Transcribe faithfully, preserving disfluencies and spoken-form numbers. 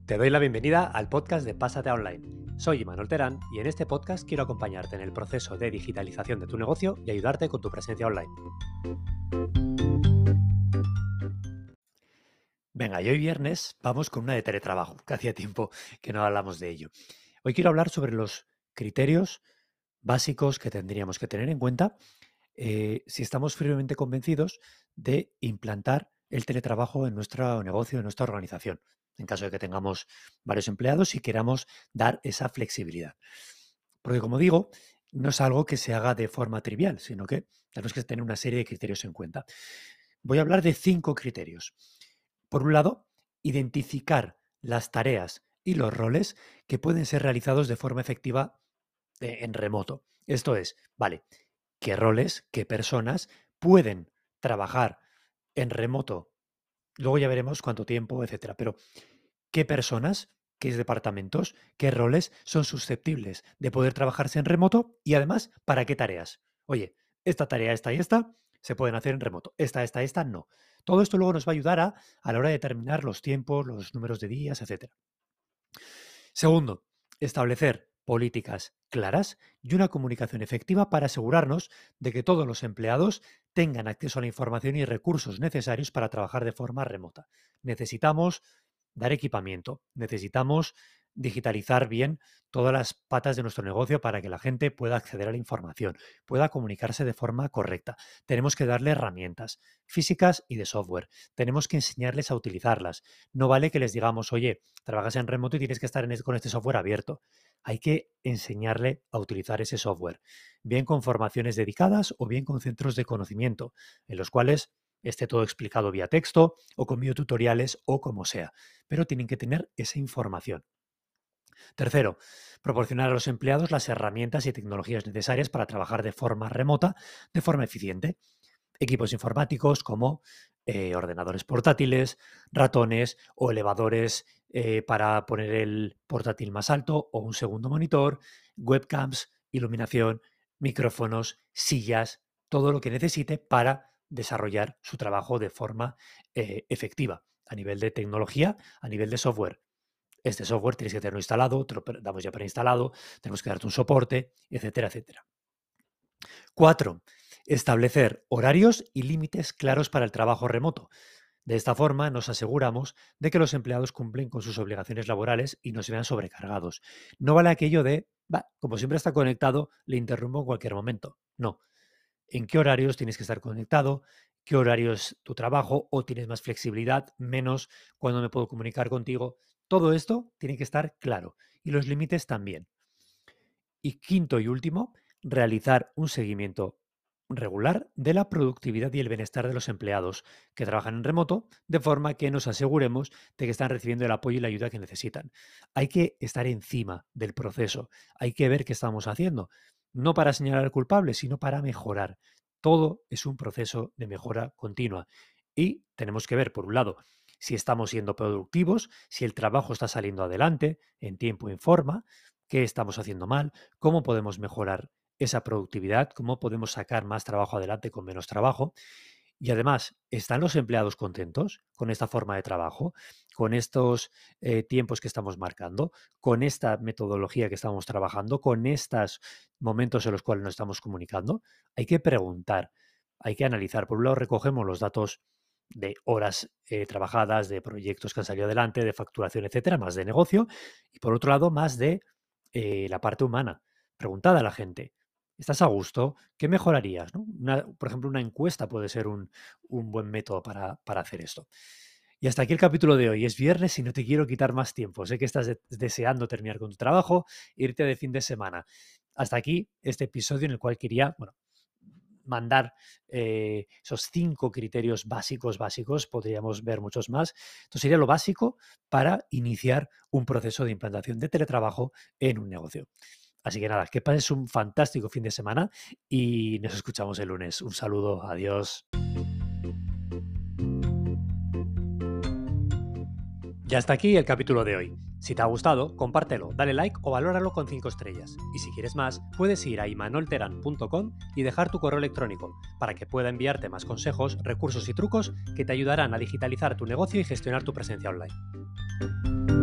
Te doy la bienvenida al podcast de Pásate a Online. Soy Imanol Terán y en este podcast quiero acompañarte en el proceso de digitalización de tu negocio y ayudarte con tu presencia online. Venga, y hoy viernes vamos con una de teletrabajo, que hacía tiempo que no hablamos de ello. Hoy quiero hablar sobre los criterios básicos que tendríamos que tener en cuenta eh, si estamos firmemente convencidos de implantar el teletrabajo en nuestro negocio, en nuestra organización, en caso de que tengamos varios empleados y queramos dar esa flexibilidad. Porque, como digo, no es algo que se haga de forma trivial, sino que tenemos que tener una serie de criterios en cuenta. Voy a hablar de cinco criterios. Por un lado, identificar las tareas y los roles que pueden ser realizados de forma efectiva eh, en remoto. Esto es, vale, qué roles, qué personas pueden trabajar en remoto. Luego ya veremos cuánto tiempo, etcétera. Pero, ¿qué personas, qué departamentos, qué roles son susceptibles de poder trabajarse en remoto? Y además, ¿para qué tareas? Oye, esta tarea, esta y esta se pueden hacer en remoto. Esta, esta, esta no. Todo esto luego nos va a ayudar a, a la hora de determinar los tiempos, los números de días, etcétera. Segundo, establecer políticas claras y una comunicación efectiva para asegurarnos de que todos los empleados tengan acceso a la información y recursos necesarios para trabajar de forma remota. Necesitamos dar equipamiento, necesitamos digitalizar bien todas las patas de nuestro negocio para que la gente pueda acceder a la información, pueda comunicarse de forma correcta. Tenemos que darle herramientas físicas y de software. Tenemos que enseñarles a utilizarlas. No vale que les digamos, oye, trabajas en remoto y tienes que estar en es- con este software abierto. Hay que enseñarle a utilizar ese software, bien con formaciones dedicadas o bien con centros de conocimiento, en los cuales esté todo explicado vía texto o con videotutoriales o como sea. Pero tienen que tener esa información. Tercero, proporcionar a los empleados las herramientas y tecnologías necesarias para trabajar de forma remota, de forma eficiente. Equipos informáticos como eh, ordenadores portátiles, ratones o elevadores eh, para poner el portátil más alto o un segundo monitor, webcams, iluminación, micrófonos, sillas, todo lo que necesite para desarrollar su trabajo de forma eh, efectiva a nivel de tecnología, a nivel de software. Este software tienes que tenerlo instalado, te lo pre- damos ya preinstalado, tenemos que darte un soporte, etcétera, etcétera. Cuatro, establecer horarios y límites claros para el trabajo remoto. De esta forma nos aseguramos de que los empleados cumplen con sus obligaciones laborales y no se vean sobrecargados. No vale aquello de, "Bah, como siempre está conectado, le interrumpo en cualquier momento". No. ¿En qué horarios tienes que estar conectado? ¿Qué horario es tu trabajo? ¿O tienes más flexibilidad? ¿Menos? ¿Cuándo me puedo comunicar contigo? Todo esto tiene que estar claro y los límites también. Y quinto y último, realizar un seguimiento regular de la productividad y el bienestar de los empleados que trabajan en remoto, de forma que nos aseguremos de que están recibiendo el apoyo y la ayuda que necesitan. Hay que estar encima del proceso, hay que ver qué estamos haciendo, no para señalar al culpable, sino para mejorar. Todo es un proceso de mejora continua y tenemos que ver, por un lado, si estamos siendo productivos, si el trabajo está saliendo adelante en tiempo y en forma, qué estamos haciendo mal, cómo podemos mejorar esa productividad, cómo podemos sacar más trabajo adelante con menos trabajo. Y además, ¿están los empleados contentos con esta forma de trabajo, con estos eh, tiempos que estamos marcando, con esta metodología que estamos trabajando, con estos momentos en los cuales nos estamos comunicando? Hay que preguntar, hay que analizar. Por un lado, recogemos los datos de horas eh, trabajadas, de proyectos que han salido adelante, de facturación, etcétera, más de negocio. Y por otro lado, más de eh, la parte humana. Preguntad a la gente, ¿estás a gusto? ¿Qué mejorarías? ¿No? Una- por ejemplo, una encuesta puede ser un, un buen método para, para hacer esto. Y hasta aquí el capítulo de hoy. Es viernes y no te quiero quitar más tiempo. Sé que estás de- deseando terminar con tu trabajo, irte de fin de semana. Hasta aquí este episodio en el cual quería, bueno, mandar eh, esos cinco criterios básicos, básicos, podríamos ver muchos más. Esto sería lo básico para iniciar un proceso de implantación de teletrabajo en un negocio. Así que nada, que pases un fantástico fin de semana y nos escuchamos el lunes. Un saludo, adiós. Ya está aquí el capítulo de hoy. Si te ha gustado, compártelo, dale like o valóralo con cinco estrellas. Y si quieres más, puedes ir a imanolteran punto com y dejar tu correo electrónico para que pueda enviarte más consejos, recursos y trucos que te ayudarán a digitalizar tu negocio y gestionar tu presencia online.